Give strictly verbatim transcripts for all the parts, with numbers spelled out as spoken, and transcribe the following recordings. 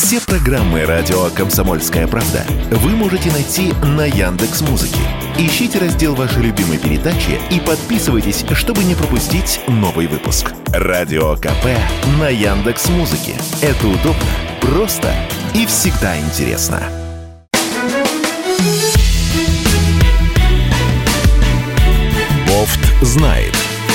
Все программы радио «Комсомольская правда» вы можете найти на Яндекс.Музыке. Ищите раздел вашей любимой передачи и подписывайтесь, чтобы не пропустить новый выпуск. Радио КП на Яндекс.Музыке. Это удобно, просто и всегда интересно. Бофт знает.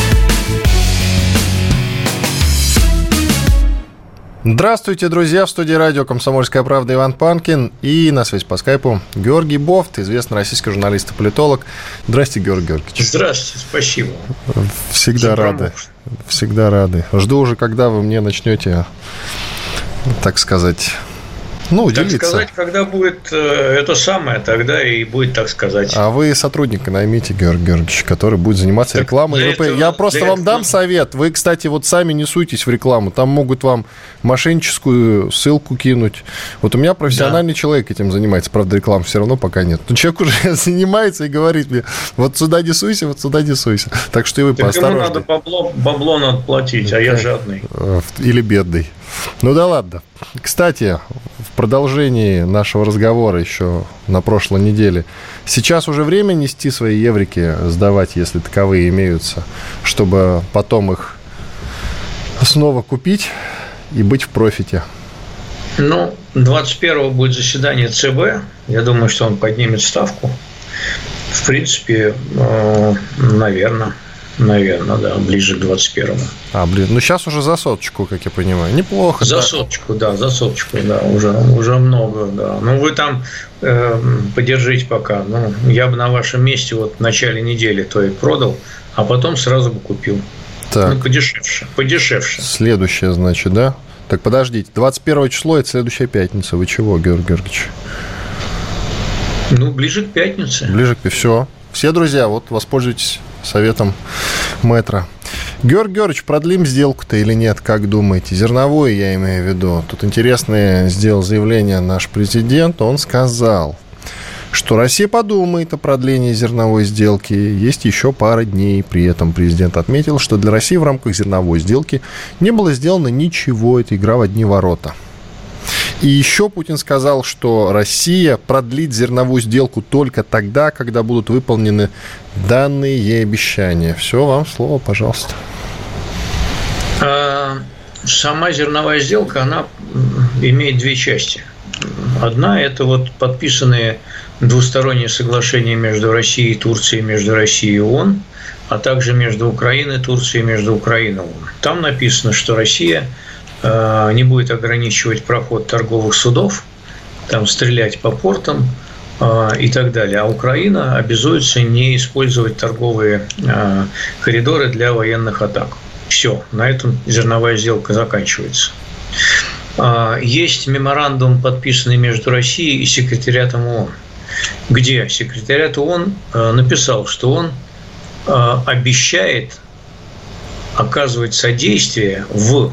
Здравствуйте, друзья! В студии радио «Комсомольская правда» Иван Панкин. И на связи по скайпу Георгий Бофт, известный российский журналист и политолог. Здравствуйте, Георгий Георгиевич. Здравствуйте, спасибо. Всегда Все рады. Промоушен. Всегда рады. Жду уже, когда вы мне начнете, так сказать... Ну, так делиться. сказать, когда будет э, это самое, тогда и будет так сказать. А вы сотрудника наймите, Георгий Георгиевич, который будет заниматься так рекламой. Этого, Я просто вам этого... дам совет. Вы, кстати, вот сами не суйтесь в рекламу. Там могут вам мошенническую ссылку кинуть. Вот у меня профессиональный да. человек этим занимается. Правда, рекламы все равно пока нет. Но человек уже занимается и говорит мне, вот сюда не суйся, вот сюда не суйся. Так что и вы так поосторожнее. Ему надо бабло, бабло надо платить, а я жадный. Или бедный. Ну да ладно. Кстати, в продолжении нашего разговора еще на прошлой неделе. Сейчас уже время нести свои еврики, сдавать, если таковые имеются, чтобы потом их снова купить и быть в профите. Ну, двадцать первого будет заседание ЦБ. Я думаю, что он поднимет ставку. В принципе, наверное. Наверное, да, ближе к двадцать первому. А, блин, ну сейчас уже за соточку, как я понимаю. Неплохо. За да? соточку, да, за соточку, да, уже, уже много, да. Ну, вы там э, подержите пока. Ну, я бы на вашем месте вот в начале недели то и продал, а потом сразу бы купил. Так. Ну, подешевше, подешевше. Следующее, значит, да? Так, подождите, двадцать первое число – это следующая пятница. Вы чего, Георгий Георгиевич? Ну, ближе к пятнице. Ближе к... Все. Все, друзья, вот воспользуйтесь советом мэтра. Георгий Георгиевич, продлим сделку-то или нет, как думаете? Зерновую я имею в виду. Тут интересное сделал заявление наш президент. Он сказал, что Россия подумает о продлении зерновой сделки. Есть еще пара дней. При этом президент отметил, что для России в рамках зерновой сделки не было сделано ничего. Это игра в одни ворота. И еще Путин сказал, что Россия продлит зерновую сделку только тогда, когда будут выполнены данные ей обещания. Все, вам слово, пожалуйста. Сама зерновая сделка, она имеет две части. Одна – это вот подписанные двусторонние соглашения между Россией и Турцией, между Россией и ООН, а также между Украиной, Турцией и между Украиной и ООН. Там написано, что Россия не будет ограничивать проход торговых судов, там стрелять по портам и так далее. А Украина обязуется не использовать торговые коридоры для военных атак. Все, на этом зерновая сделка заканчивается. Есть меморандум, подписанный между Россией и секретариатом ООН, где секретариат ООН написал, что он обещает оказывать содействие в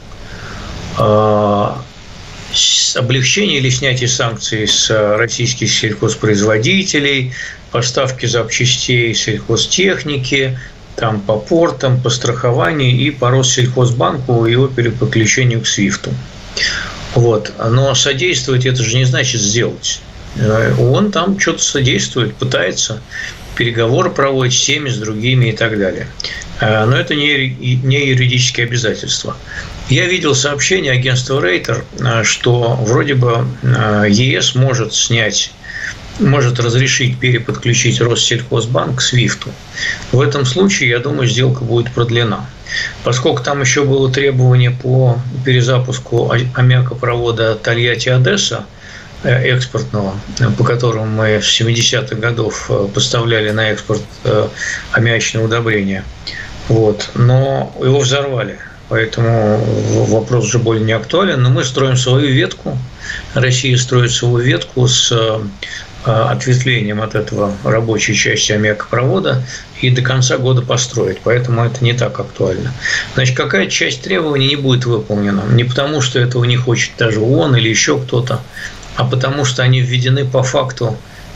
облегчение или снятие санкций с российских сельхозпроизводителей, поставки запчастей сельхозтехники, там по портам, по страхованию и по Россельхозбанку и его переподключению к свифту. Вот. Но содействовать это же не значит сделать. Он там что-то содействует, пытается, переговоры проводит с теми, с другими и так далее. Но это не, не юридические обязательства. Я видел сообщение агентства Рейтер, что вроде бы ЕС может снять, может разрешить переподключить Россельхозбанк к свифту. В этом случае, я думаю, сделка будет продлена. Поскольку там еще было требование по перезапуску аммиакопровода Тольятти-Одесса, экспортного, по которому мы с семидесятых годов поставляли на экспорт аммиачные удобрения. Вот. Но его взорвали, поэтому вопрос уже более не актуален. Но мы строим свою ветку, Россия строит свою ветку с ответвлением от этого рабочей части аммиакопровода и до конца года построить, поэтому это не так актуально. Значит, какая часть требований не будет выполнена? Не потому, что этого не хочет даже ООН или еще кто-то, а потому что они введены по факту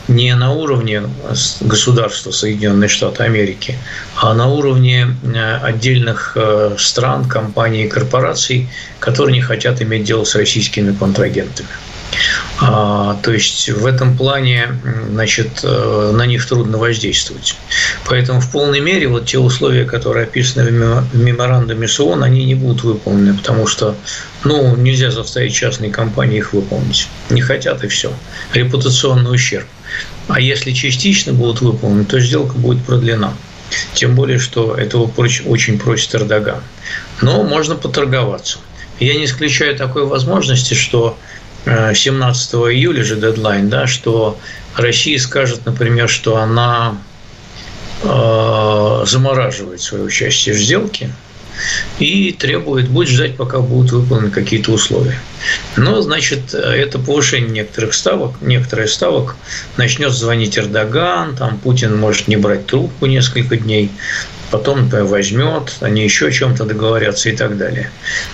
не на уровне государства Соединенные Штаты Америки, а на уровне отдельных стран, компаний и корпораций, которые не хотят иметь дело с российскими контрагентами. А, то есть в этом плане, значит, на них трудно воздействовать. Поэтому в полной мере вот те условия, которые описаны в меморандуме с ООН, они не будут выполнены, потому что ну, нельзя заставить частные компании их выполнить. Не хотят, и все. Репутационный ущерб. А если частично будут выполнены, то сделка будет продлена. Тем более, что этого очень просит Эрдоган. Но можно поторговаться. Я не исключаю такой возможности, что семнадцатого июля же дедлайн, да, что Россия скажет, например, что она э, замораживает свое участие в сделке и требует, будет ждать, пока будут выполнены какие-то условия. Но, значит, это повышение некоторых ставок, некоторых ставок, начнет звонить Эрдоган, там Путин может не брать трубку несколько дней, потом, например, возьмет, они еще о чем-то договорятся и так далее.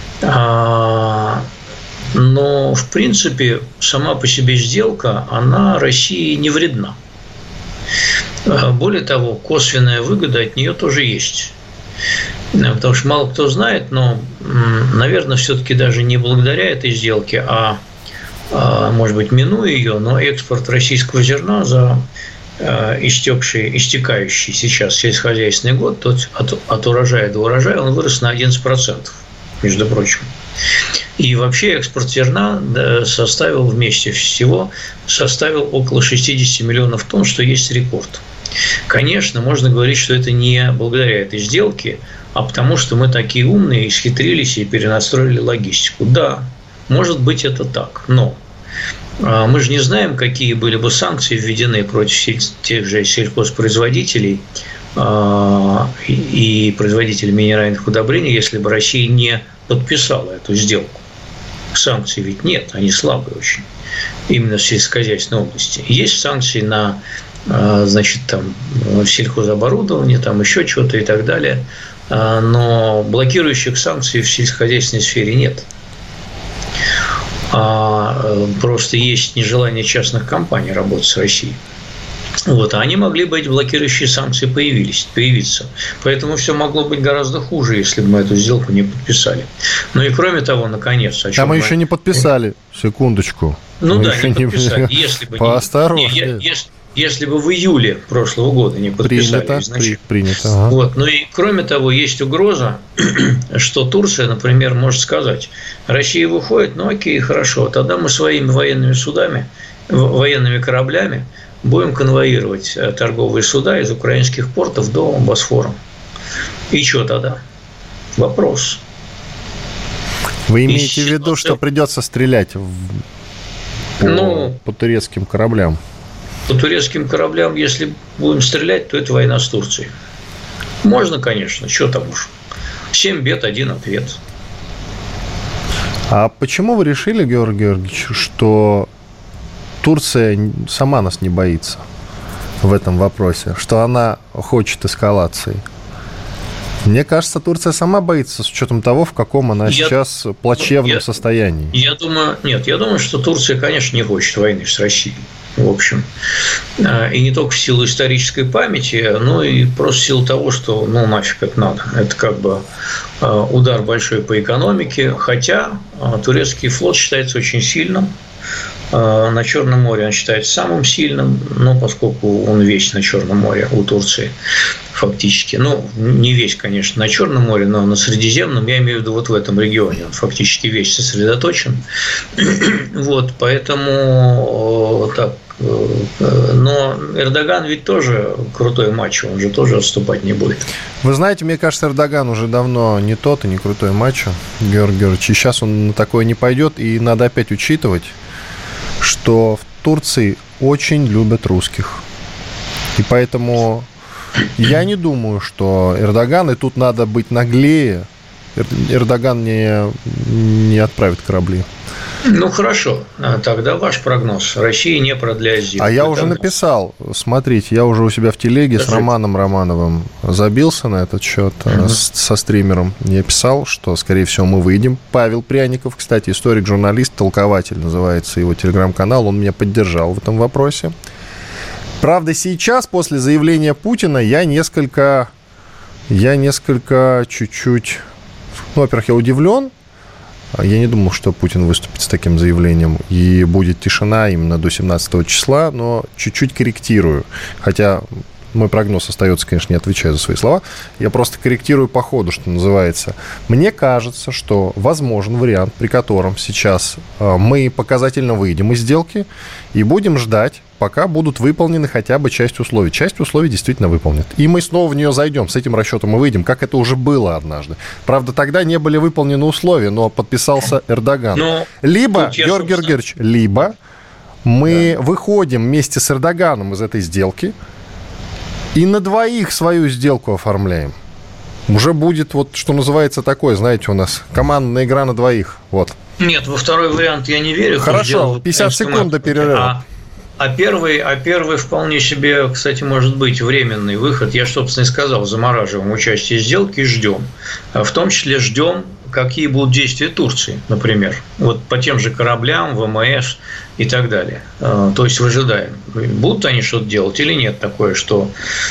Но, в принципе, сама по себе сделка, она России не вредна. Более того, косвенная выгода от нее тоже есть. Потому что мало кто знает, но, наверное, все-таки даже не благодаря этой сделке, а, может быть, минуя ее, но экспорт российского зерна за истекший, истекающий сейчас сельскохозяйственный год, тот от, от урожая до урожая, он вырос на одиннадцать процентов, между прочим. И вообще экспорт зерна составил вместе всего составил около шестьдесят миллионов тонн, что есть рекорд. Конечно, можно говорить, что это не благодаря этой сделке, а потому что мы такие умные, исхитрились и перенастроили логистику. Да, может быть, это так, но мы же не знаем, какие были бы санкции введены против тех же сельхозпроизводителей и производителей минеральных удобрений, если бы Россия не подписала эту сделку. Санкций ведь нет, они слабые очень, именно в сельскохозяйственной области. Есть санкции на, значит, там, сельхозоборудование, там еще что-то и так далее, но блокирующих санкций в сельскохозяйственной сфере нет. Просто есть нежелание частных компаний работать с Россией. Вот, а они могли бы, эти блокирующие санкции появились, появиться. Поэтому все могло быть гораздо хуже, если бы мы эту сделку не подписали. Ну и кроме того, наконец... О чем а мы, мы еще не подписали, секундочку. Ну мы да, не подписали. Не... Если бы Поосторожнее. Не, если, если бы в июле прошлого года не подписали. Принято, значит, принято. Ага. Вот, ну и кроме того, есть угроза, что Турция, например, может сказать, Россия выходит, ну окей, хорошо, тогда мы своими военными судами, военными кораблями будем конвоировать торговые суда из украинских портов до Босфора. И что тогда? Вопрос. Вы имеете в виду, что придется стрелять в... по... Ну, по турецким кораблям? По турецким кораблям, если будем стрелять, то это война с Турцией. Можно, конечно, что там уж. Семь бед, один ответ. А почему вы решили, Георгий Георгиевич, что Турция сама нас не боится в этом вопросе, что она хочет эскалации? Мне кажется, Турция сама боится с учетом того, в каком она я, сейчас плачевном я, состоянии. Я думаю, нет, я думаю, что Турция, конечно, не хочет войны с Россией. В общем, и не только в силу исторической памяти, но и просто в силу того, что ну нафиг это надо. Это как бы удар большой по экономике, хотя турецкий флот считается очень сильным. На Черном море он считается самым сильным, но поскольку он весь на Черном море у Турции фактически, ну, не весь, конечно, на Черном море, но на Средиземном, я имею в виду вот в этом регионе, он фактически весь сосредоточен. Вот, поэтому так. Но Эрдоган ведь тоже крутой мачо, он же тоже отступать не будет. Вы знаете, мне кажется, Эрдоган уже давно не тот и не крутой мачо, Георгий Георгиевич, и сейчас он на такое не пойдет, и надо опять учитывать, что в Турции очень любят русских. И поэтому я не думаю, что Эрдоган, и тут надо быть наглее, Эрдоган не, не отправит корабли. Ну, хорошо. Тогда ваш прогноз. Россия не продляет зиму. А я уже прогноз. написал. Смотрите, я уже у себя в телеге Скажите. с Романом Романовым забился на этот счет угу. с, со стримером. Я писал, что, скорее всего, мы выйдем. Павел Пряников, кстати, историк, журналист, толкователь, называется его телеграм-канал. Он меня поддержал в этом вопросе. Правда, сейчас, после заявления Путина, я несколько, я несколько чуть-чуть... Ну, во-первых, я удивлен. Я не думал, что Путин выступит с таким заявлением, и будет тишина именно до семнадцатого числа, но чуть-чуть корректирую. Хотя мой прогноз остается, конечно, не отвечаю за свои слова. Я просто корректирую по ходу, что называется. Мне кажется, что возможен вариант, при котором сейчас мы показательно выйдем из сделки и будем ждать, пока будут выполнены хотя бы часть условий. Часть условий действительно выполнят. И мы снова в нее зайдем, с этим расчетом мы выйдем, как это уже было однажды. Правда, тогда не были выполнены условия, но подписался Эрдоган. Но либо, Георгий Георгиевич, либо мы да. выходим вместе с Эрдоганом из этой сделки и на двоих свою сделку оформляем. Уже будет, вот, что называется, такое, знаете, у нас командная игра на двоих. Вот. Нет, во второй вариант я не верю. Хорошо, пятьдесят секунд до перерыва. А... А первый, а первый вполне себе, кстати, может быть временный выход. Я, собственно, и сказал, замораживаем участие в сделке и ждем. В том числе ждем, какие будут действия Турции, например. Вот по тем же кораблям, ВМС и так далее. То есть выжидаем, будут они что-то делать или нет такое, что,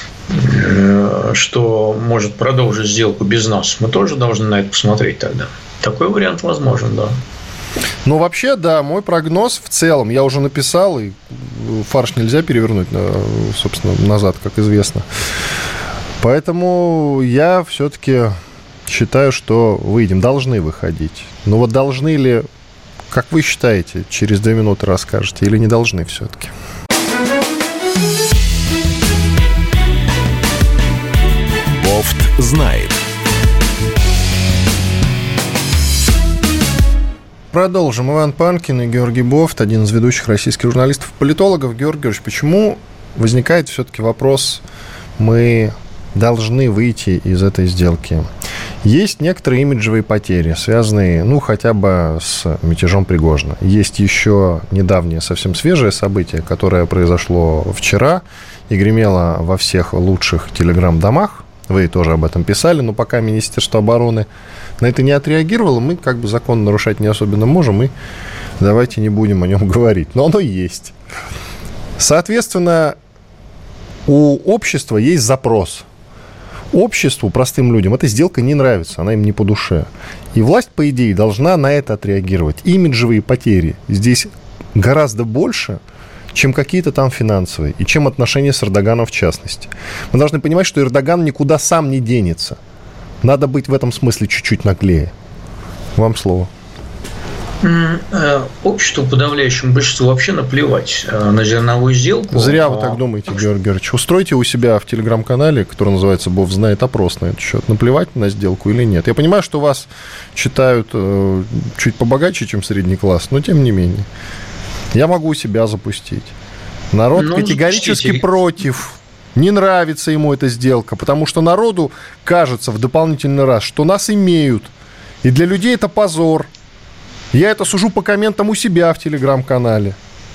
что может продолжить сделку без нас. Мы тоже должны на это посмотреть тогда. Такой вариант возможен, да. Ну, вообще, да, мой прогноз в целом, я уже написал, и фарш нельзя перевернуть, собственно, назад, как известно. Поэтому я все-таки считаю, что выйдем, должны выходить. Но вот должны ли, как вы считаете, через две минуты расскажете, или не должны все-таки? Бофт знает. Продолжим. Иван Панкин и Георгий Бофт, один из ведущих российских журналистов-политологов. Георгий Георгиевич, почему возникает все-таки вопрос, мы должны выйти из этой сделки? Есть некоторые имиджевые потери, связанные, ну, хотя бы с мятежом Пригожина. Есть еще недавнее, совсем свежее событие, которое произошло вчера и гремело во всех лучших телеграм-домах. Вы тоже об этом писали, но пока Министерство обороны на это не отреагировало, мы как бы закон нарушать не особенно можем, и давайте не будем о нем говорить. Но оно есть. Соответственно, у общества есть запрос. Обществу, простым людям, эта сделка не нравится, она им не по душе. И власть, по идее, должна на это отреагировать. Имиджевые потери здесь гораздо больше, чем какие-то там финансовые, и чем отношения с Эрдоганом в частности. Мы должны понимать, что Эрдоган никуда сам не денется. Надо быть в этом смысле чуть-чуть наглее. Вам слово. Обществу, подавляющему большинству, вообще наплевать на зерновую сделку. Зря вы так думаете, Георгий Георгиевич. Устройте у себя в телеграм-канале, который называется «Бов знает», опрос на этот счет. Наплевать на сделку или нет? Я понимаю, что вас читают э, чуть побогаче, чем средний класс, но тем не менее. Я могу себя запустить. Народ ну, категорически запустите. Против. Не нравится ему эта сделка, потому что народу кажется в дополнительный раз, что нас имеют. И для людей это позор. Я это сужу по комментам у себя в телеграм-канале.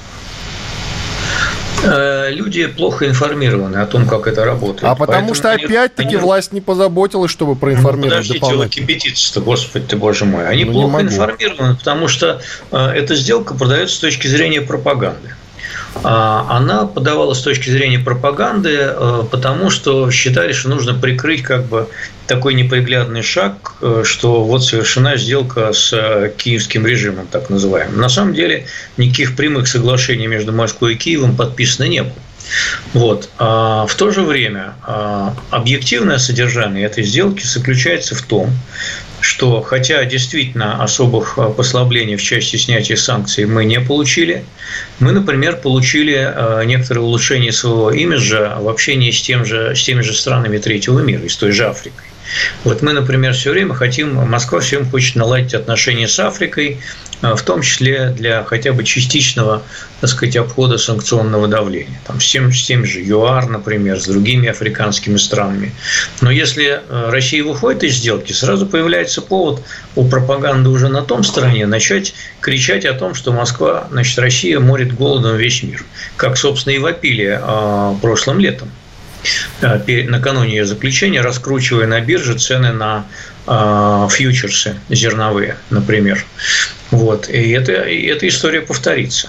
Люди плохо информированы о том, как это работает. А потому Поэтому что, они, опять-таки, они... власть не позаботилась, чтобы проинформировать ну, подождите, дополнительно. Подождите, вы кипятитесь-то, господи ты, боже мой. Они ну, плохо информированы, потому что эта сделка продается с точки зрения пропаганды. Она подавалась с точки зрения пропаганды, потому что считали, что нужно прикрыть как бы такой неприглядный шаг, что вот совершена сделка с киевским режимом, так называемым. На самом деле никаких прямых соглашений между Москвой и Киевом подписано не было. Вот. А в то же время объективное содержание этой сделки заключается в том, что хотя действительно особых послаблений в части снятия санкций мы не получили, мы, например, получили некоторые улучшения своего имиджа в общении с, тем же, с теми же странами третьего мира, и с той же Африкой. Вот мы, например, все время хотим, Москва все время хочет наладить отношения с Африкой, в том числе для хотя бы частичного, так сказать, обхода санкционного давления. Там, с, тем, с тем же ЮАР, например, с другими африканскими странами. Но если Россия выходит из сделки, сразу появляется повод у пропаганды уже на том стороне начать кричать о том, что Москва, значит, Россия морит голодом весь мир. Как, собственно, и вопили прошлым летом. Накануне ее заключения, раскручивая на бирже цены на э, фьючерсы зерновые, например. Вот. И, это, и эта история повторится.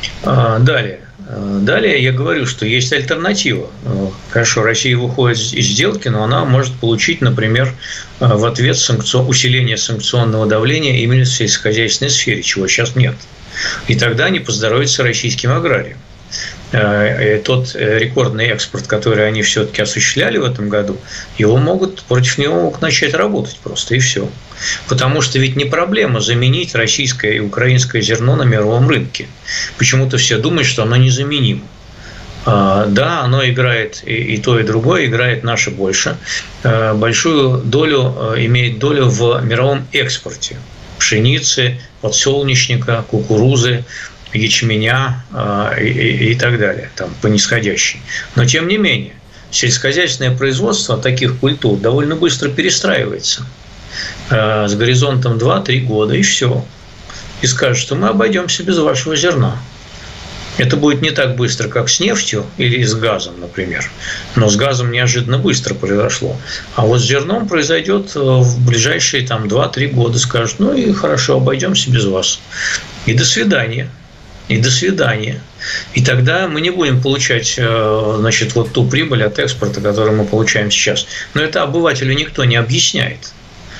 Далее. Далее я говорю, что есть альтернатива. Хорошо, Россия выходит из сделки, но она может получить, например, в ответ санкцион... усиление санкционного давления именно в сельскохозяйственной сфере, чего сейчас нет. И тогда не поздоровится российским аграриям. Тот рекордный экспорт, который они все-таки осуществляли в этом году, его могут, против него могут начать работать просто, и все. Потому что ведь не проблема заменить российское и украинское зерно на мировом рынке. Почему-то все думают, что оно незаменимо. Да, оно играет, и то, и другое играет наше больше. Большую долю, имеет долю в мировом экспорте. Пшеницы, подсолнечника, кукурузы, ячменя и, и, и так далее, там, по нисходящей. Но, тем не менее, сельскохозяйственное производство таких культур довольно быстро перестраивается э, с горизонтом два-три года, и все. И скажут, что мы обойдемся без вашего зерна. Это будет не так быстро, как с нефтью или с газом, например. Но с газом неожиданно быстро произошло. А вот с зерном произойдет в ближайшие там, два-три года. Скажут, ну и хорошо, обойдемся без вас. И до свидания. И до свидания. И тогда мы не будем получать, значит, вот ту прибыль от экспорта, которую мы получаем сейчас. Но это обывателю никто не объясняет.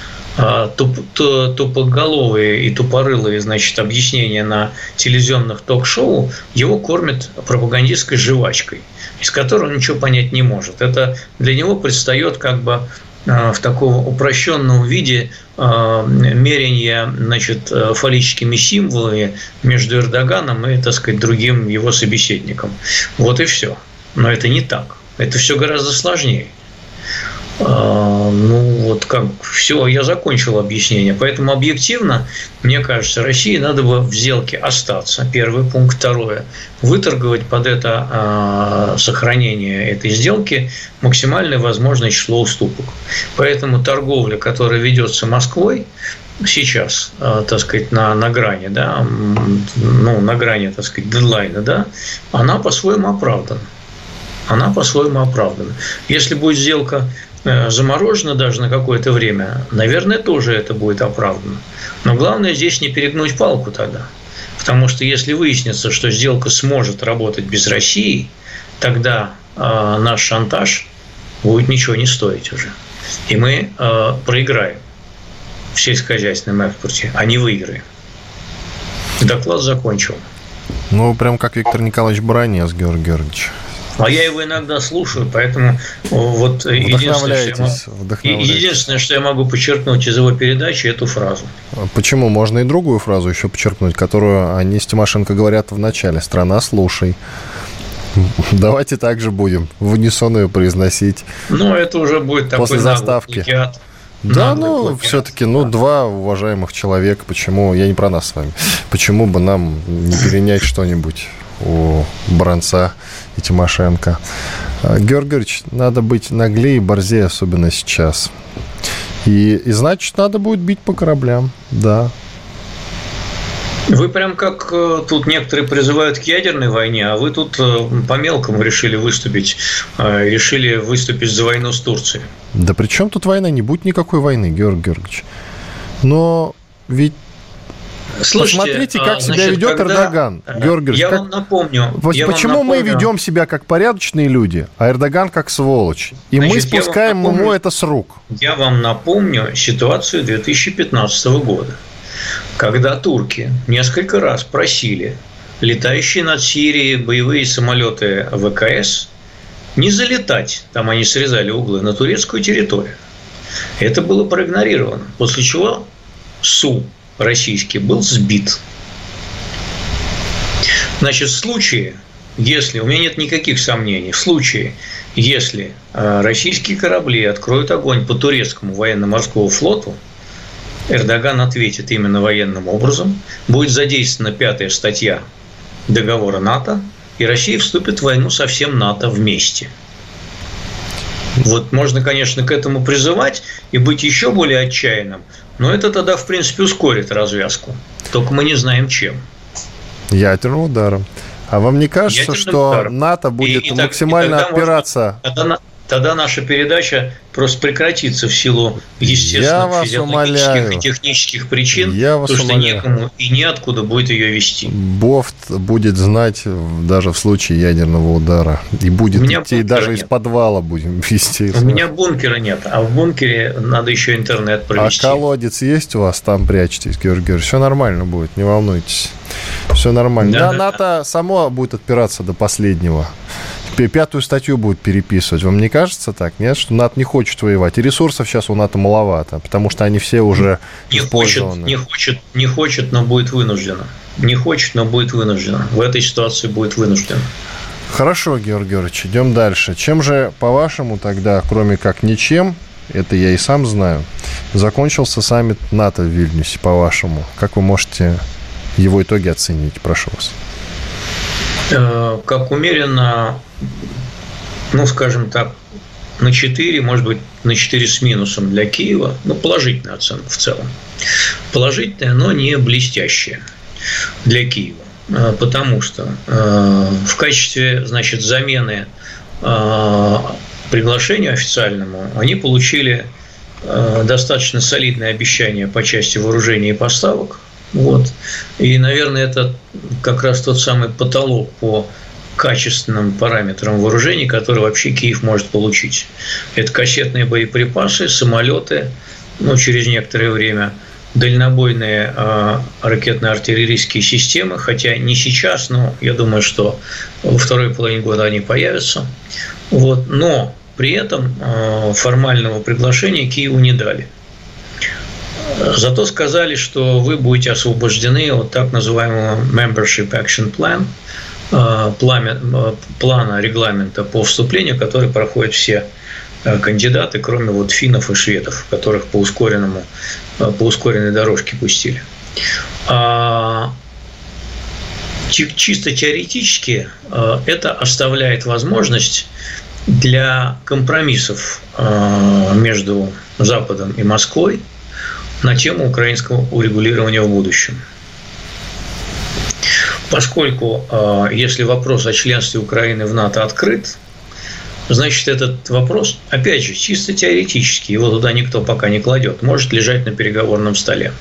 Тупоголовые и тупорылые, значит, объяснения на телевизионных ток-шоу его кормят пропагандистской жвачкой, из которой он ничего понять не может. Это для него предстает как бы в таком упрощенном виде мерения, значит, фаллическими символами между Эрдоганом и, так сказать, другим его собеседником. Вот и все. Но это не так. Это все гораздо сложнее. Ну, вот как все, я закончил объяснение. Поэтому объективно, мне кажется, России надо бы в сделке остаться. Первый пункт. Второе. Выторговать под это сохранение этой сделки максимальное возможное число уступок. Поэтому торговля, которая ведется Москвой сейчас, так сказать, на, на грани, да, ну, на грани, так сказать, дедлайна, да, она по-своему оправдана. Она по-своему оправдана. Если будет сделка заморожена даже на какое-то время, наверное, тоже это будет оправдано. Но главное здесь не перегнуть палку тогда. Потому что если выяснится, что сделка сможет работать без России, тогда э, наш шантаж будет ничего не стоить уже. И мы э, проиграем в сельскохозяйственном экспорте, а не выиграем. Доклад закончил. Ну, прям как Виктор Николаевич Баранец, Георгий Георгиевич. А я его иногда слушаю, поэтому вот единственное что, могу, единственное, что я могу подчеркнуть из его передачи, эту фразу. Почему? Можно и другую фразу еще подчеркнуть, которую они с Тимошенко говорят в начале. «Страна, слушай». Давайте так же будем в унисон ее произносить. Ну, это уже будет такой после заставки. Плагиат. Да, ну, плагиат. Все-таки, ну, два уважаемых человека. Почему? Я не про нас с вами. Почему бы нам не перенять что-нибудь у Баранца и Тимошенко? Георгий Георгиевич, надо быть наглее и борзее, особенно сейчас. И, и значит, надо будет бить по кораблям, да. Вы прям как тут некоторые призывают к ядерной войне, а вы тут по мелкому решили выступить, решили выступить за войну с Турцией. Да при чем тут война? Не будет никакой войны, Георгий Георгиевич. Но ведь слушайте, посмотрите, как значит, себя ведет когда... Эрдоган. Георгий, я как... вам напомню. Я почему вам напомню... мы ведем себя как порядочные люди, а Эрдоган как сволочь? И значит, мы спускаем напомню... ему это с рук. Я вам напомню ситуацию две тысячи пятнадцатого года, когда турки несколько раз просили летающие над Сирией боевые самолеты ВКС не залетать, там они срезали углы, на турецкую территорию. Это было проигнорировано. После чего Су российский был сбит. Значит, в случае, если, у меня нет никаких сомнений, в случае, если российские корабли откроют огонь по турецкому военно-морскому флоту, Эрдоган ответит именно военным образом, будет задействована пятая статья договора НАТО, и Россия вступит в войну со всем НАТО вместе. Вот можно, конечно, к этому призывать и быть еще более отчаянным, но это тогда, в принципе, ускорит развязку. Только мы не знаем, чем. Ядерным ударом. А вам не кажется, ядерным что ударом. НАТО будет и, и максимально и опираться... Можно, тогда, тогда наша передача просто прекратится в силу естественных физиологических и технических причин, Я вас потому умоляю. что некому и неоткуда будет ее вести. Бофт будет знать даже в случае ядерного удара. И будет идти, даже нет. из подвала будем вести. У меня бункера нет, а в бункере надо еще интернет провести. А колодец есть у вас? Там прячетесь, Георгий Георгиевич. Все нормально будет, не волнуйтесь. Все нормально. Да, Да, да, НАТО да. само будет отпираться до последнего. Пятую статью будет переписывать. Вам не кажется так? Нет, что НАТО не хочет воевать. И ресурсов сейчас у НАТО маловато, потому что они все уже не использованы. Хочет, не хочет, не хочет, но будет вынуждена. Не хочет, но будет вынуждена. В этой ситуации будет вынуждена. Хорошо, Георгий Георгиевич, идем дальше. Чем же, по-вашему, тогда, кроме как ничем, это я и сам знаю, закончился саммит НАТО в Вильнюсе, по-вашему? Как вы можете его итоги оценить? Прошу вас. Как умеренно, ну, скажем так, на четыре, может быть, на четыре с минусом для Киева, ну, положительная оценка в целом. Положительная, но не блестящая для Киева. Потому что в качестве, значит, замены приглашению официальному они получили достаточно солидное обещание по части вооружения и поставок. Вот. И, наверное, это как раз тот самый потолок по качественным параметрам вооружений, который вообще Киев может получить. Это кассетные боеприпасы, самолеты, ну, через некоторое время, дальнобойные э, ракетно-артиллерийские системы, хотя не сейчас, но я думаю, что во второй половине года они появятся. Вот. Но при этом э, формального приглашения Киеву не дали. Зато сказали, что вы будете освобождены от так называемого Membership Action Plan, плана регламента по вступлению, который проходят все кандидаты, кроме вот финнов и шведов, которых по ускоренному, по ускоренной дорожке пустили. Чисто теоретически это оставляет возможность для компромиссов между Западом и Москвой на тему украинского урегулирования в будущем. Поскольку, если вопрос о членстве Украины в НАТО открыт, значит, этот вопрос, опять же, чисто теоретически, его туда никто пока не кладет, может лежать на переговорном столе.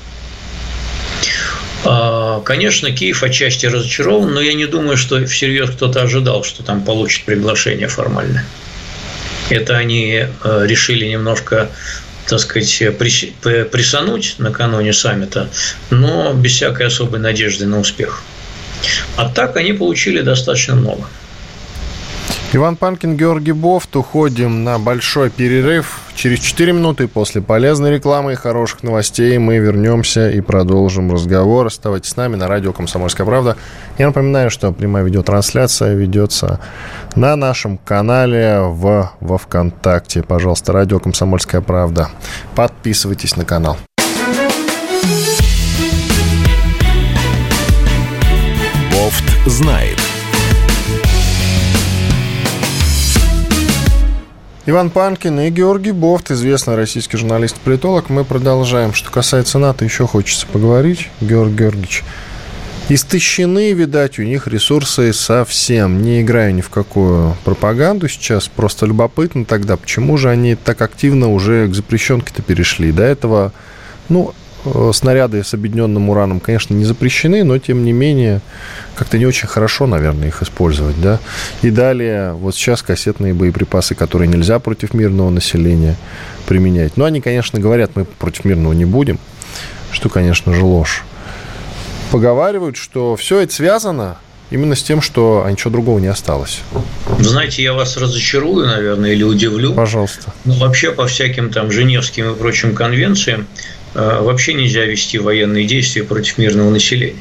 Конечно, Киев отчасти разочарован, но я не думаю, что всерьез кто-то ожидал, что там получит приглашение формальное. Это они решили немножко, так сказать, прессануть накануне саммита, но без всякой особой надежды на успех. А так они получили достаточно много. Иван Панкин, Георгий Бофт. Уходим на большой перерыв. Через четыре минуты после полезной рекламы и хороших новостей мы вернемся и продолжим разговор. Оставайтесь с нами на радио «Комсомольская правда». Я напоминаю, что прямая видеотрансляция ведется на нашем канале в, во ВКонтакте. Пожалуйста, радио «Комсомольская правда». Подписывайтесь на канал. Бофт знает. Иван Панкин и Георгий Бофт, известный российский журналист-политолог. Мы продолжаем. Что касается НАТО, еще хочется поговорить, Георгий Георгиевич. Истощены, видать, у них ресурсы совсем. Не играю ни в какую пропаганду сейчас. Просто любопытно тогда, почему же они так активно уже к запрещенке-то перешли. До этого, ну, снаряды с объединенным ураном, конечно, не запрещены, но, тем не менее, как-то не очень хорошо, наверное, их использовать, да. И далее, вот сейчас кассетные боеприпасы, которые нельзя против мирного населения применять. Но они, конечно, говорят, мы против мирного не будем, что, конечно же, ложь. Поговаривают, что все это связано именно с тем, что ничего другого не осталось. Вы знаете, я вас разочарую, наверное, или удивлю. Пожалуйста. Но вообще по всяким там Женевским и прочим конвенциям вообще нельзя вести военные действия против мирного населения.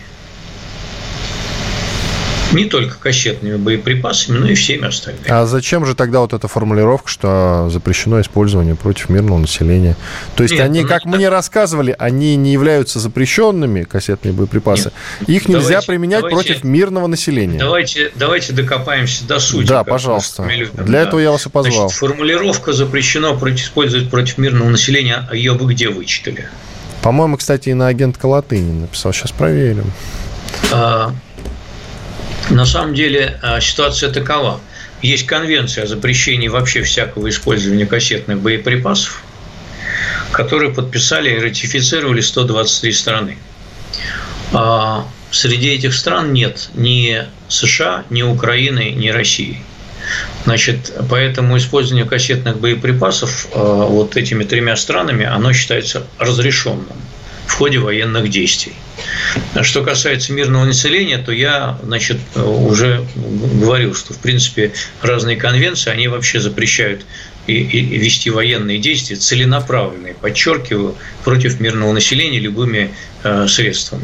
Не только кассетными боеприпасами, но и всеми остальными. А зачем же тогда вот эта формулировка, что запрещено использование против мирного населения? То есть Нет, они, как мне так... рассказывали, они не являются запрещенными, кассетные боеприпасы. Нет. Их нельзя давайте, применять давайте, против мирного населения. Давайте, давайте докопаемся до сути. Да, пожалуйста. Для да. этого я вас и позвал. Значит, формулировка «запрещено использовать против мирного населения», а ее вы где вычитали? По-моему, кстати, иноагент Колотынин написал. Сейчас проверим. А... На самом деле ситуация такова. есть конвенция о запрещении вообще всякого использования кассетных боеприпасов, которые подписали и ратифицировали сто двадцать три страны. А среди этих стран нет ни США, ни Украины, ни России. Значит, поэтому использование кассетных боеприпасов вот этими тремя странами, оно считается разрешенным в ходе военных действий. Что касается мирного населения, то я, значит, уже говорил, что, в принципе, разные конвенции, они вообще запрещают и, и вести военные действия целенаправленные, подчеркиваю, против мирного населения любыми э, средствами.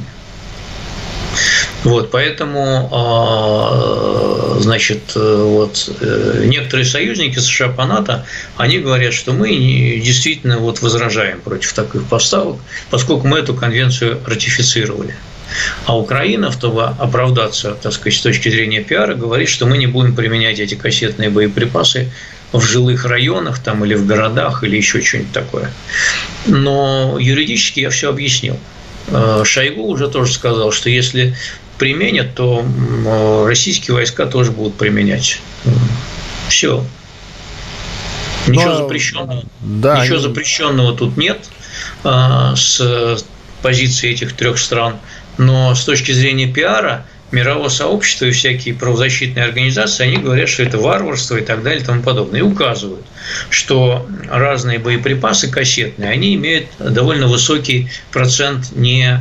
Вот, поэтому, значит, вот, некоторые союзники США по НАТО, они говорят, что мы действительно вот возражаем против таких поставок, поскольку мы эту конвенцию ратифицировали. А Украина, чтобы оправдаться, так сказать, с точки зрения пиара, говорит, что мы не будем применять эти кассетные боеприпасы в жилых районах там, или в городах, или еще что-нибудь такое. Но юридически я все объяснил. Шойгу уже тоже сказал, что если применят, то российские войска тоже будут применять. Все. Ничего Но, запрещенного. Да, ничего они... запрещенного тут нет с позиции этих трех стран. Но с точки зрения пиара мирового сообщества и всякие правозащитные организации, они говорят, что это варварство и так далее и тому подобное. И указывают, что разные боеприпасы кассетные, они имеют довольно высокий процент не,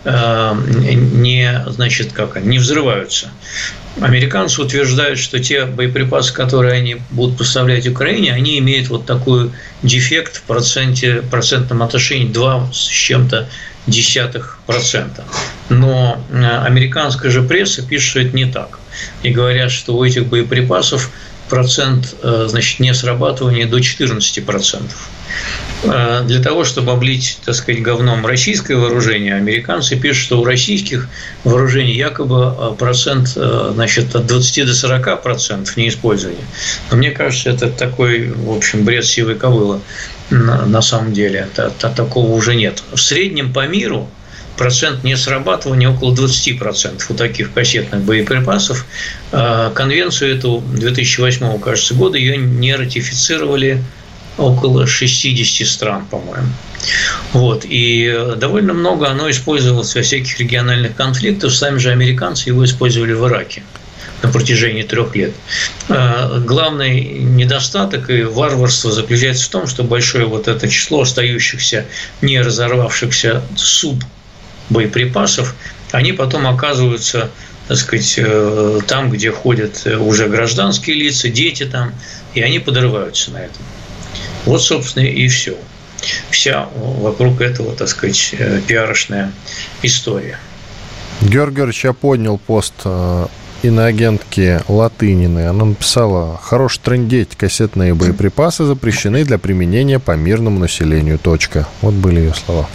не, значит, как они, не взрываются. Американцы утверждают, что те боеприпасы, которые они будут поставлять Украине, они имеют вот такой дефект в проценте, процентном отношении два с чем-то десятых процента. Но американская же пресса пишет, что это не так. И говорят, что у этих боеприпасов процент, значит, несрабатывания до четырнадцати процентов. Для того, чтобы облить, так сказать, говном российское вооружение, американцы пишут, что у российских вооружений якобы процент, значит, от двадцати до сорока процентов неиспользования. Но мне кажется, это такой, в общем, бред сивой кобылы на самом деле. Такого уже нет. В среднем по миру процент несрабатывания около двадцати процентов у таких кассетных боеприпасов. Конвенцию эту две тысячи восьмого, кажется, года ее не ратифицировали около шестидесяти стран, по-моему. Вот. И довольно много оно использовалось во всяких региональных конфликтах. Сами же американцы его использовали в Ираке на протяжении трех лет. Главный недостаток и варварство заключается в том, что большое вот это число остающихся, не разорвавшихся суббоеприпасов, они потом оказываются, так сказать, там, где ходят уже гражданские лица, дети там, и они подрываются на этом. Вот, собственно, и все. Вся вокруг этого, так сказать, пиарочная история. Георгий Георгиевич, я поднял пост иноагентки Латыниной. Она написала: хорош трындеть, кассетные боеприпасы запрещены для применения по мирному населению. Точка. Вот были ее слова.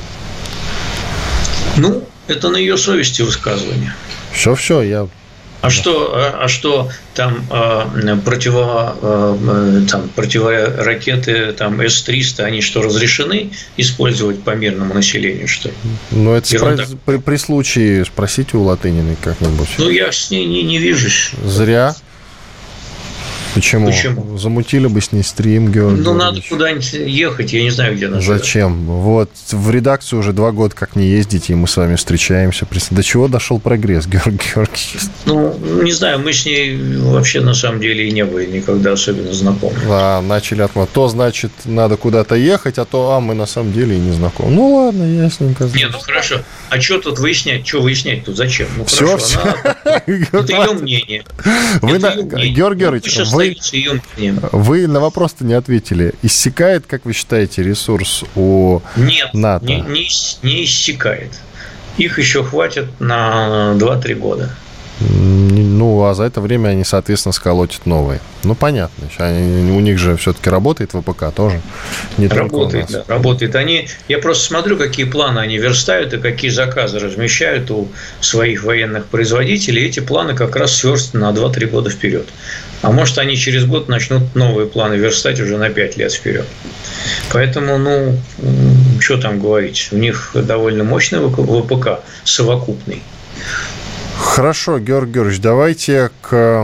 Ну, это на ее совести высказывание. Все-все, я... А что, а, а что там, э, противо, э, там противоракеты там, эс триста, они что, разрешены использовать по мирному населению, что ли? Ну, это спро... при, при случае спросите у Латыниной как-нибудь. Ну, я с ней не, не вижусь. Зря. Почему? Почему? Замутили бы с ней стрим, Георгий. Ну, надо куда-нибудь ехать, я не знаю, где она живет. Зачем? Вот, в редакцию уже два года как не ездите, и мы с вами встречаемся. До чего дошел прогресс, Георгий Георгиевич? Ну, не знаю, мы с ней вообще на самом деле и не были никогда особенно знакомы. А, начали отматывать. То, значит, надо куда-то ехать, а то, а, мы на самом деле и не знакомы. Ну, ладно, ясненько. Значит. Нет, ну, хорошо. А что тут выяснять? Что выяснять тут? Зачем? Ну, все, хорошо, все. Она... Это ее мнение. Вы, на... Георгий Георгиевич, вы... Вы на вопрос-то не ответили. Иссякает, как вы считаете, ресурс у Нет, НАТО? Нет, не, не, не иссякает. Их еще хватит на два-три года. Ну, а за это время они, соответственно, сколотят новые. Ну, понятно. Они, у них же все-таки работает ВПК тоже. Не работает, да, работает. Они, я просто смотрю, какие планы они верстают и какие заказы размещают у своих военных производителей. Эти планы как раз сверстаны на два-три года вперед. А может, они через год начнут новые планы верстать уже на пять лет вперед. Поэтому, ну, что там говорить? У них довольно мощный ВПК, совокупный. Хорошо, Георгий Георгиевич, давайте к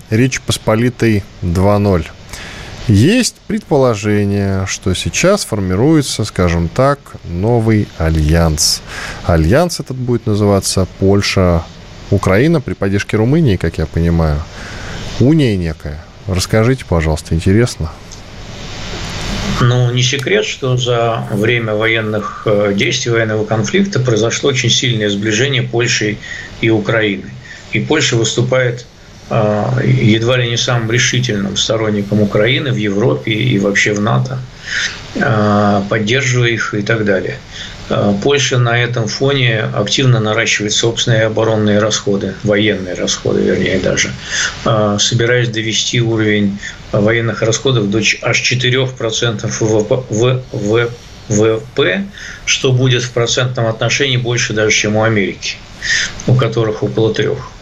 Речь Посполитой два ноль. Есть предположение, что сейчас формируется, скажем так, новый альянс. Альянс этот будет называться Польша-Украина при поддержке Румынии, как я понимаю. Уния некая. Расскажите, пожалуйста, интересно. Ну, не секрет, что за время военных действий, военного конфликта произошло очень сильное сближение Польши и Украины. И Польша выступает едва ли не самым решительным сторонником Украины в Европе и вообще в НАТО, поддерживая их и так далее. Польша на этом фоне активно наращивает собственные оборонные расходы, военные расходы, вернее, даже, собираясь довести уровень военных расходов до аж четырех процентов вэ вэ пэ, что будет в процентном отношении больше даже, чем у Америки, у которых около трех.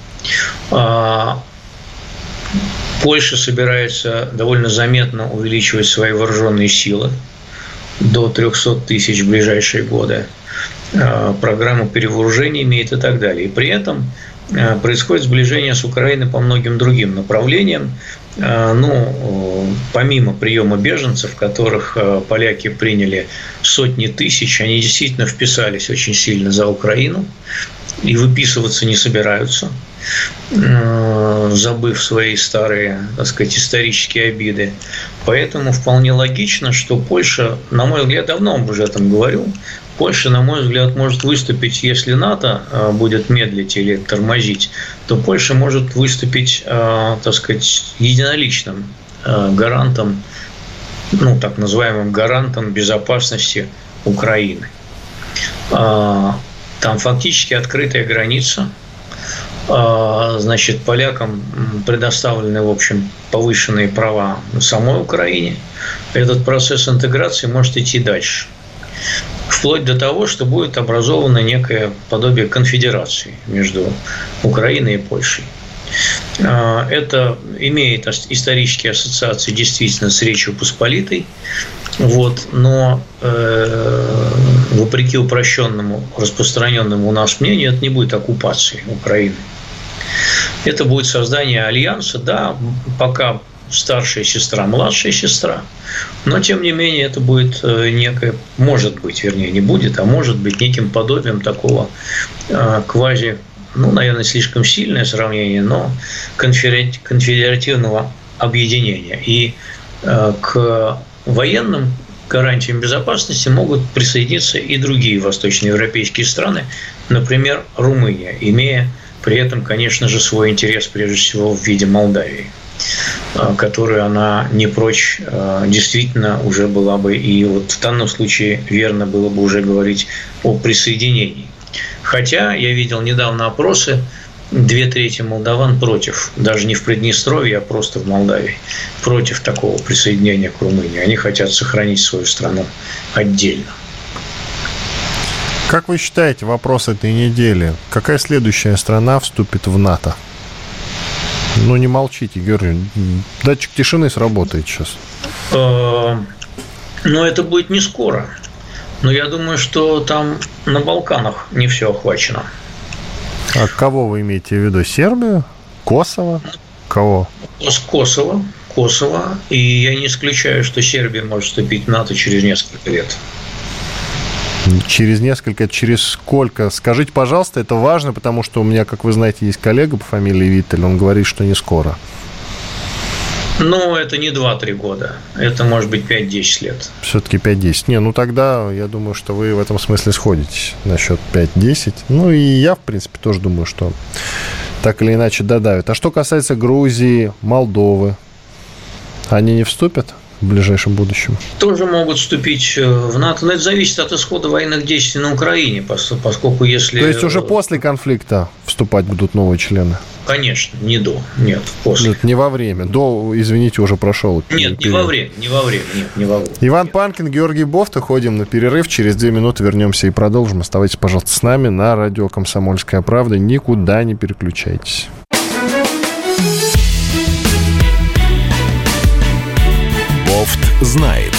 Польша собирается довольно заметно увеличивать свои вооруженные силы до трехсот тысяч в ближайшие годы. Программу перевооружения имеет и так далее. И при этом происходит сближение с Украиной по многим другим направлениям. Ну, помимо приема беженцев, которых поляки приняли сотни тысяч, они действительно вписались очень сильно за Украину и выписываться не собираются, забыв свои старые, так сказать, исторические обиды. Поэтому вполне логично, что Польша, на мой взгляд, давно уже об этом говорю, Польша, на мой взгляд, может выступить, если НАТО будет медлить или тормозить, то Польша может выступить, так сказать, единоличным гарантом, ну, так называемым гарантом безопасности Украины. Там фактически открытая граница. Значит, полякам предоставлены, в общем, повышенные права на самой Украине. Этот процесс интеграции может идти дальше. Вплоть до того, что будет образовано некое подобие конфедерации между Украиной и Польшей. Это имеет исторические ассоциации действительно с Речью Посполитой, вот, но э, вопреки упрощенному, распространенному у нас мнению, это не будет оккупацией Украины. Это будет создание альянса, да, пока старшая сестра, младшая сестра, но, тем не менее, это будет некое, может быть, вернее, не будет, а может быть неким подобием такого э, квази, ну, наверное, слишком сильное сравнение, но конфедеративного объединения. И э, к военным гарантиям безопасности могут присоединиться и другие восточноевропейские страны, например, Румыния, имея при этом, конечно же, свой интерес, прежде всего, в виде Молдавии, которую она не прочь действительно уже была бы, и вот в данном случае верно было бы уже говорить о присоединении. Хотя я видел недавно опросы, две трети молдаван против, даже не в Приднестровье, а просто в Молдавии, против такого присоединения к Румынии. Они хотят сохранить свою страну отдельно. Как вы считаете, вопрос этой недели, какая следующая страна вступит в НАТО? Ну, не молчите, Георгий. Датчик тишины сработает сейчас. Но это будет не скоро. Но я думаю, что там на Балканах не все охвачено. А кого вы имеете в виду? Сербию? Косово? Кого? С Косово. Косово. И я не исключаю, что Сербия может вступить в НАТО через несколько лет. Через несколько, через сколько? Скажите, пожалуйста, это важно, потому что у меня, как вы знаете, есть коллега по фамилии Виттель, он говорит, что не скоро. Ну, это не два-три года, это может быть пять-десять лет. Все-таки пять-десять. Не, ну тогда я думаю, что вы в этом смысле сходитесь насчет пять-десять. Ну и я, в принципе, тоже думаю, что так или иначе додавят. А что касается Грузии, Молдовы, они не вступят в ближайшем будущем? Тоже могут вступить в НАТО, но это зависит от исхода военных действий на Украине, поскольку если... То есть уже после конфликта вступать будут новые члены? Конечно, не до, нет, после. Нет, не во время, до, извините, уже прошел. Нет, не во время, не во время, нет, не во время. Иван нет. Панкин, Георгий Бофт, уходим на перерыв, через две минуты вернемся и продолжим. Оставайтесь, пожалуйста, с нами на радио «Комсомольская правда», никуда не переключайтесь. Бофт знает.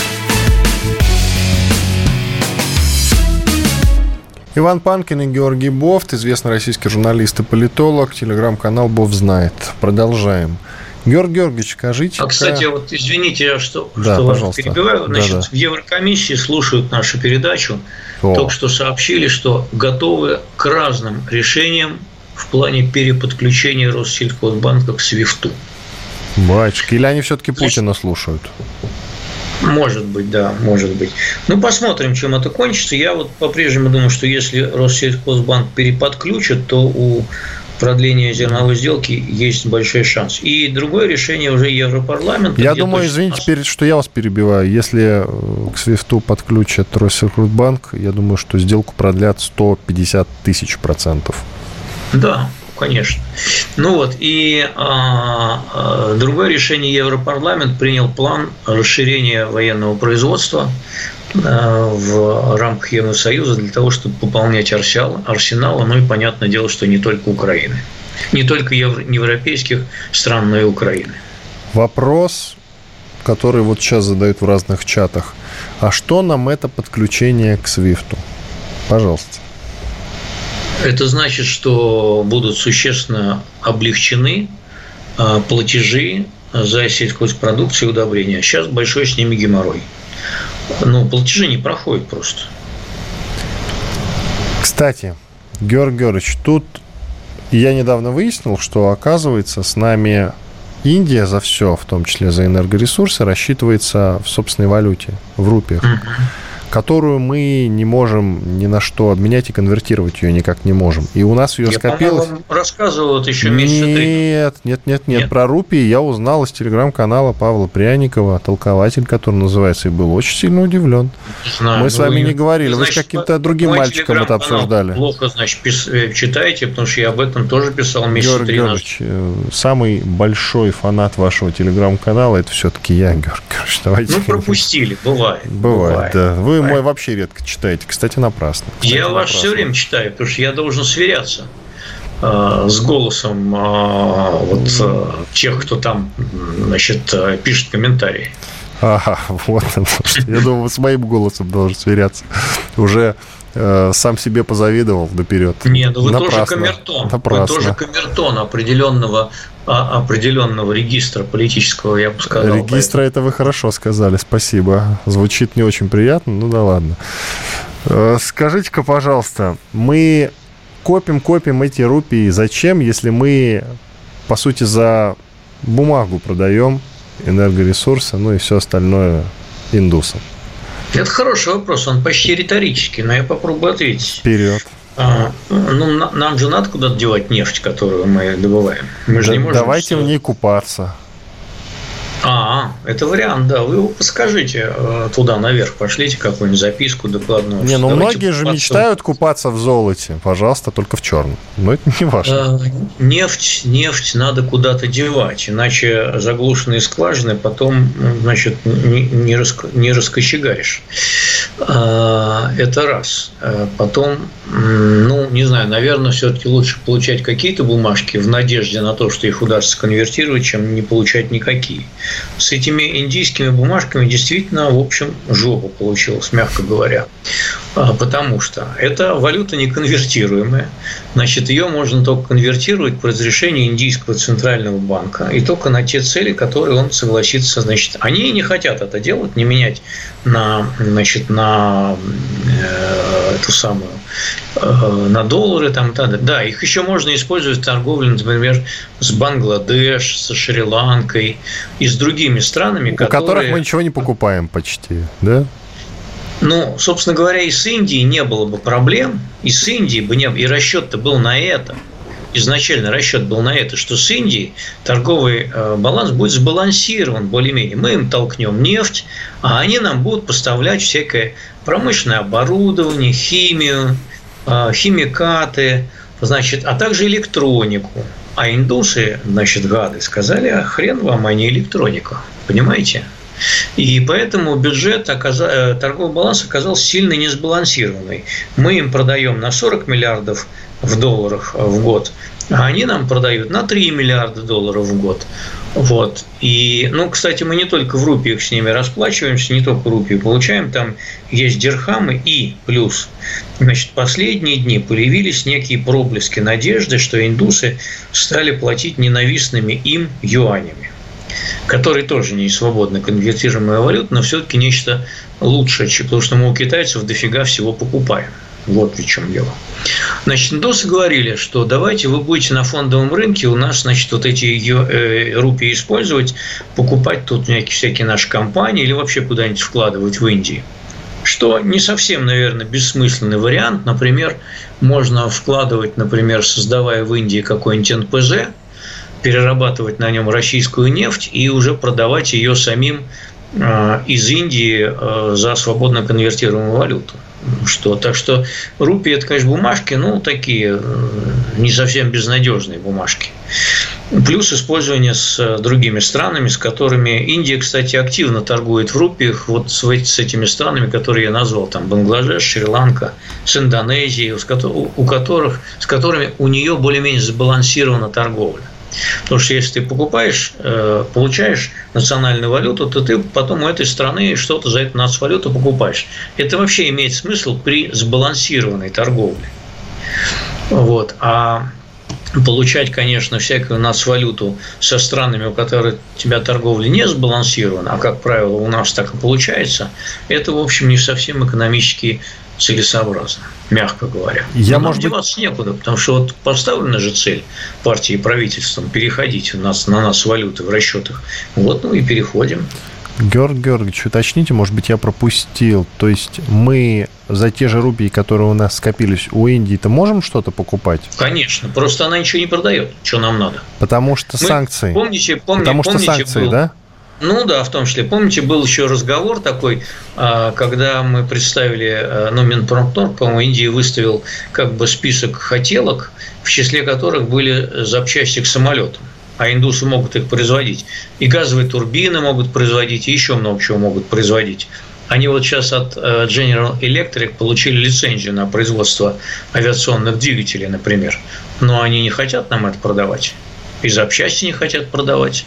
Иван Панкин и Георгий Бофт, известный российский журналист и политолог, телеграм-канал «Бофт знает». Продолжаем. Георгий Георгиевич, скажите... А, кстати, какая... вот извините, что, да, что пожалуйста. вас перебиваю. Значит, да, да. В Еврокомиссии слушают нашу передачу. О. Только что сообщили, что готовы к разным решениям в плане переподключения Россельхозбанка к свифту. Батюшки, или они все-таки Путина Значит, слушают? Может быть, да, может быть. Ну, посмотрим, чем это кончится. Я вот по-прежнему думаю, что если Россельхозбанк переподключат, то у продления зерновой сделки есть большой шанс. И другое решение уже Европарламента. Я думаю, извините, нас... что я вас перебиваю. Если к свифту подключат Россельхозбанк, я думаю, что сделку продлят сто пятьдесят тысяч процентов. Да, конечно. Ну вот, и а, а, другое решение Европарламент принял план расширения военного производства а, в рамках Евросоюза для того, чтобы пополнять арсенал, арсенал, ну и понятное дело, что не только Украины, не только евро, европейских стран, но и Украины. Вопрос, который вот сейчас задают в разных чатах. А что нам это подключение к свифту? Пожалуйста. Это значит, что будут существенно облегчены платежи за сельхозпродукцию и удобрения. Сейчас большой с ними геморрой. Ну, платежи не проходят просто. Кстати, Георгий Георгиевич, тут я недавно выяснил, что, оказывается, с нами Индия за все, в том числе за энергоресурсы, рассчитывается в собственной валюте, в рупиях. Угу. Которую мы не можем ни на что обменять и конвертировать ее никак не можем. И у нас ее я, скопилось... Я, рассказывал это еще месяца три. Нет, нет, нет, нет. Про рупии я узнал из телеграм-канала Павла Пряникова, толкователь, который называется, и был очень сильно удивлен. Знаю, мы с вами не говорили. Значит, вы с каким-то другим мальчиком это обсуждали. Плохо, значит, пис... читаете, потому что я об этом тоже писал месяца Георгий три назад. Самый большой фанат вашего телеграм-канала это все-таки я, Георгий Георгиевич. Давайте. Ну, пропустили, бывает. Бывает, бывает. да. Вы мой вообще редко читаете. Кстати, напрасно. Кстати, я ваш все время читаю, потому что я должен сверяться э, с голосом э, вот, э, тех, кто там, значит, э, пишет комментарии. Ага, вот. Я думаю, с моим голосом должен сверяться. Уже э, сам себе позавидовал наперед. Нет, ну вы Напрасно. тоже камертон. Напрасно. Вы тоже камертон определенного, определенного регистра политического, я бы сказал. Регистра, это вы хорошо сказали, спасибо. Звучит не очень приятно, ну да ладно. Скажите-ка, пожалуйста, мы копим-копим эти рупии. Зачем, если мы, по сути, за бумагу продаем энергоресурсы, ну и все остальное индусам? Это хороший вопрос, он почти риторический, но я попробую ответить. Вперед. А, ну, нам же надо куда-то девать нефть, которую мы добываем. Мы же да, не можем... Давайте в ней купаться. А, это вариант, да. Вы его подскажите туда наверх, пошлите какую-нибудь записку докладную. Не, ну многие же мечтают купаться в золоте. Пожалуйста, только в черном. Но это не важно. Нефть, нефть надо куда-то девать, иначе заглушенные скважины потом, значит, не, не, раск... не раскочегаешь. Это раз. Потом, ну, не знаю, наверное, все-таки лучше получать какие-то бумажки в надежде на то, что их удастся конвертировать, чем не получать никакие. С этими индийскими бумажками действительно, в общем, жопа получилась, мягко говоря. Потому что это валюта неконвертируемая. Значит, ее можно только конвертировать по разрешению Индийского центрального банка и только на те цели, которые он согласится. Значит, они не хотят это делать, не менять на, значит, на э, эту самую э, на доллары. Там, да, да, их еще можно использовать в торговле, например, с Бангладеш, со Шри-Ланкой и с другими странами, у которые... которых мы ничего не покупаем почти, да? Ну, собственно говоря, и с Индией не было бы проблем, и с Индией бы не было, и расчет-то был на это. Изначально расчет был на это, что с Индией торговый баланс будет сбалансирован более-менее. Мы им толкнем нефть, а они нам будут поставлять всякое промышленное оборудование, химию, химикаты, значит, а также электронику. А индусы, значит, гады, сказали, а хрен вам, а не электроника. Понимаете? И поэтому бюджет, торговый баланс оказался сильно несбалансированный. Мы им продаем на сорок миллиардов в долларах в год, а они нам продают на три миллиарда долларов в год. Вот. И, ну, кстати, мы не только в рупиях с ними расплачиваемся, не только рупии получаем, там есть дирхамы и плюс. Значит, последние дни появились некие проблески надежды, что индусы стали платить ненавистными им юанями. который тоже не свободно конвертируемая валюта, но все-таки нечто лучшее, потому что мы у китайцев дофига всего покупаем. Вот в чем дело. Значит, индусы говорили, что давайте вы будете на фондовом рынке у нас, значит, вот эти э, рупии использовать, покупать тут всякие наши компании или вообще куда-нибудь вкладывать в Индии. Что не совсем, наверное, бессмысленный вариант. Например, можно вкладывать, например, создавая в Индии какой-нибудь эн пэ зэ, перерабатывать на нем российскую нефть и уже продавать ее самим э, из Индии э, за свободно конвертируемую валюту. Что, так что рупии – это, конечно, бумажки, ну, такие не совсем безнадежные бумажки. Плюс использование с другими странами, с которыми Индия, кстати, активно торгует в рупиях, вот с этими странами, которые я назвал, там Бангладеш, Шри-Ланка, с Индонезией, у которых, с которыми у нее более-менее сбалансирована торговля. Потому что если ты покупаешь, получаешь национальную валюту, то ты потом у этой страны что-то за эту нацвалюту покупаешь. Это вообще имеет смысл при сбалансированной торговле. Вот. А получать, конечно, всякую нацвалюту со странами, у которых у тебя торговля не сбалансирована, а, как правило, у нас так и получается, это, в общем, не совсем экономически целесообразно, мягко говоря. Я, Но может нам деваться быть... некуда, потому что вот поставлена же цель партии и правительством переходить у нас, на нас валюты в расчетах. Вот, ну и переходим. Георгий Георгиевич, уточните, может быть, я пропустил. То есть мы за те же рупии, которые у нас скопились у Индии-то, можем что-то покупать? Конечно, просто она ничего не продает, что нам надо. Потому что Мы, санкции. Помните, помните, Потому что помните, санкции, был... да? Ну да, в том числе. Помните, был еще разговор такой, когда мы представили, ну, Минпромторг, по-моему, Индии выставил как бы список хотелок, в числе которых были запчасти к самолетам. А индусы могут их производить. И газовые турбины могут производить, и еще много чего могут производить. Они вот сейчас от General Electric получили лицензию на производство авиационных двигателей, например. Но они не хотят нам это продавать. И запчасти не хотят продавать.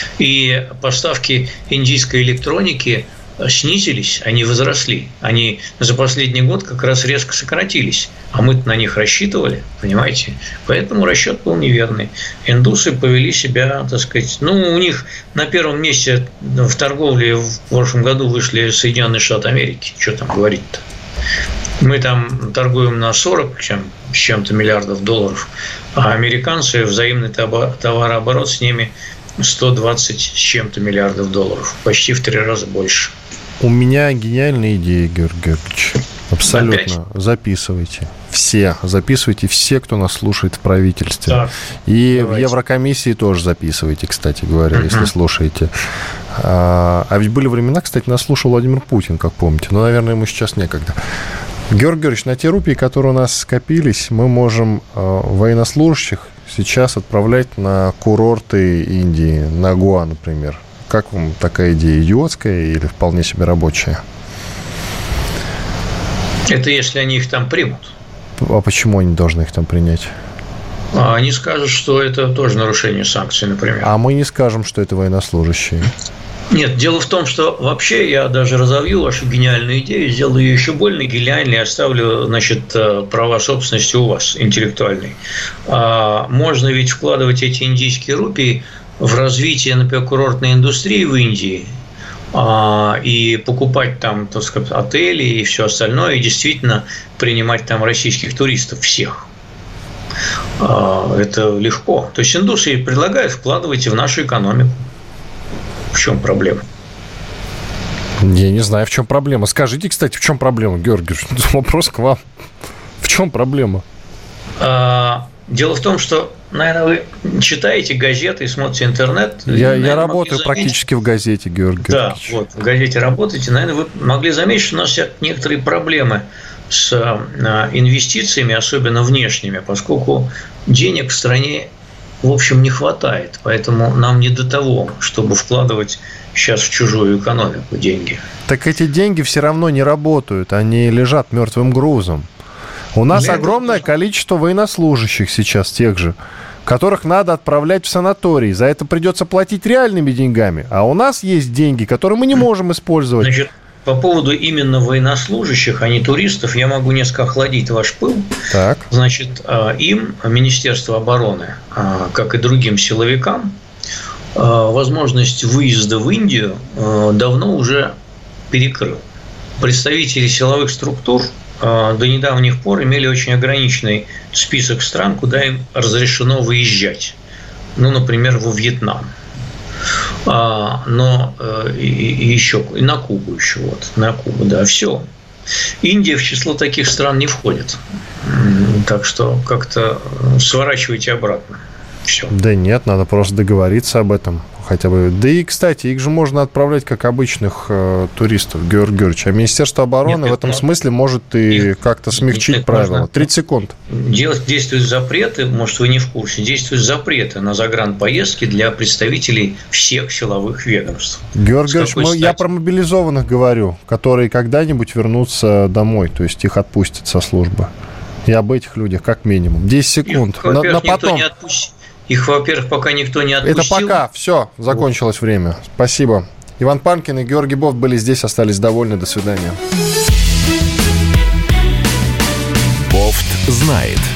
И поставки индийской электроники снизились, они возросли. Они за последний год как раз резко сократились. А мы-то на них рассчитывали, понимаете? Поэтому расчет был неверный. Индусы повели себя, так сказать... Ну, у них на первом месте в торговле в прошлом году вышли Соединенные Штаты Америки. Что там говорить-то? Мы там торгуем на сорок чем, с чем-то миллиардов долларов, а американцы, взаимный товарооборот с ними сто двадцать с чем-то миллиардов долларов. Почти в три раза больше. У меня гениальная идея, Георгий Георгиевич. Абсолютно. Опять? Записывайте. Все. Записывайте все, кто нас слушает в правительстве. Так, и давайте. В Еврокомиссии тоже записывайте, кстати говоря, uh-huh. если слушаете. А, а ведь были времена, кстати, нас слушал Владимир Путин, как помните. Но, наверное, ему сейчас некогда. Георгий Георгиевич, на те рупии, которые у нас скопились, мы можем э, военнослужащих сейчас отправлять на курорты Индии, на Гоа, например. Как вам такая идея? Идиотская или вполне себе рабочая? Это если они их там примут. А почему они должны их там принять? А они скажут, что это тоже нарушение санкций, например. А мы не скажем, что это военнослужащие. Нет, дело в том, что вообще я даже разовью вашу гениальную идею, сделаю ее еще более гениальной, оставлю, значит, права собственности у вас, интеллектуальной. Можно ведь вкладывать эти индийские рупии в развитие, например, курортной индустрии в Индии и покупать там, так сказать, отели и все остальное, и действительно принимать там российских туристов всех. Это легко. То есть индусы предлагают вкладывать в нашу экономику. В чем проблема? Я не знаю, в чем проблема. Скажите, кстати, в чем проблема, Георгий Георгиевич? Вопрос к вам. В чем проблема? Дело в том, что, наверное, вы читаете газеты и смотрите интернет. Я, наверное, я работаю практически в газете, Георгий Да, Георгиевич. Вот, в газете работаете. Наверное, вы могли заметить, что у нас некоторые проблемы с инвестициями, особенно внешними, поскольку денег в стране, в общем, не хватает. Поэтому нам не до того, чтобы вкладывать сейчас в чужую экономику деньги. Так эти деньги все равно не работают, они лежат мертвым грузом. У нас Для огромное этого... количество военнослужащих сейчас тех же, которых надо отправлять в санаторий. За это придется платить реальными деньгами. А у нас есть деньги, которые мы не можем использовать. Значит, по поводу именно военнослужащих, а не туристов, я могу несколько охладить ваш пыл. Так. Значит, им, Министерство обороны, как и другим силовикам, возможность выезда в Индию давно уже перекрыл. Представители силовых структур до недавних пор имели очень ограниченный список стран, куда им разрешено выезжать. Ну, например, во Вьетнам. Но и еще и на Кубу еще вот, на Кубу, да, все. Индия в число таких стран не входит. Так что как-то сворачивайте обратно. Все. Да нет, надо просто договориться об этом хотя бы. Да и, кстати, их же можно отправлять как обычных э, туристов, Георгий Георгиевич. А Министерство обороны нет, в этом но... смысле может и их... как-то смягчить их правила. Можно... тридцать секунд. Делать, действуют запреты, может, вы не в курсе, действуют запреты на загранпоездки для представителей всех силовых ведомств. Георгий Георгиевич, мы, я про мобилизованных говорю, которые когда-нибудь вернутся домой, то есть их отпустят со службы. И об этих людях как минимум. десять секунд. Их, на, на потом... Их, во-первых, пока никто не отпустил. Это пока. Все, закончилось время. Спасибо. Иван Панкин и Георгий Бофт были здесь, остались довольны. До свидания. Бофт знает.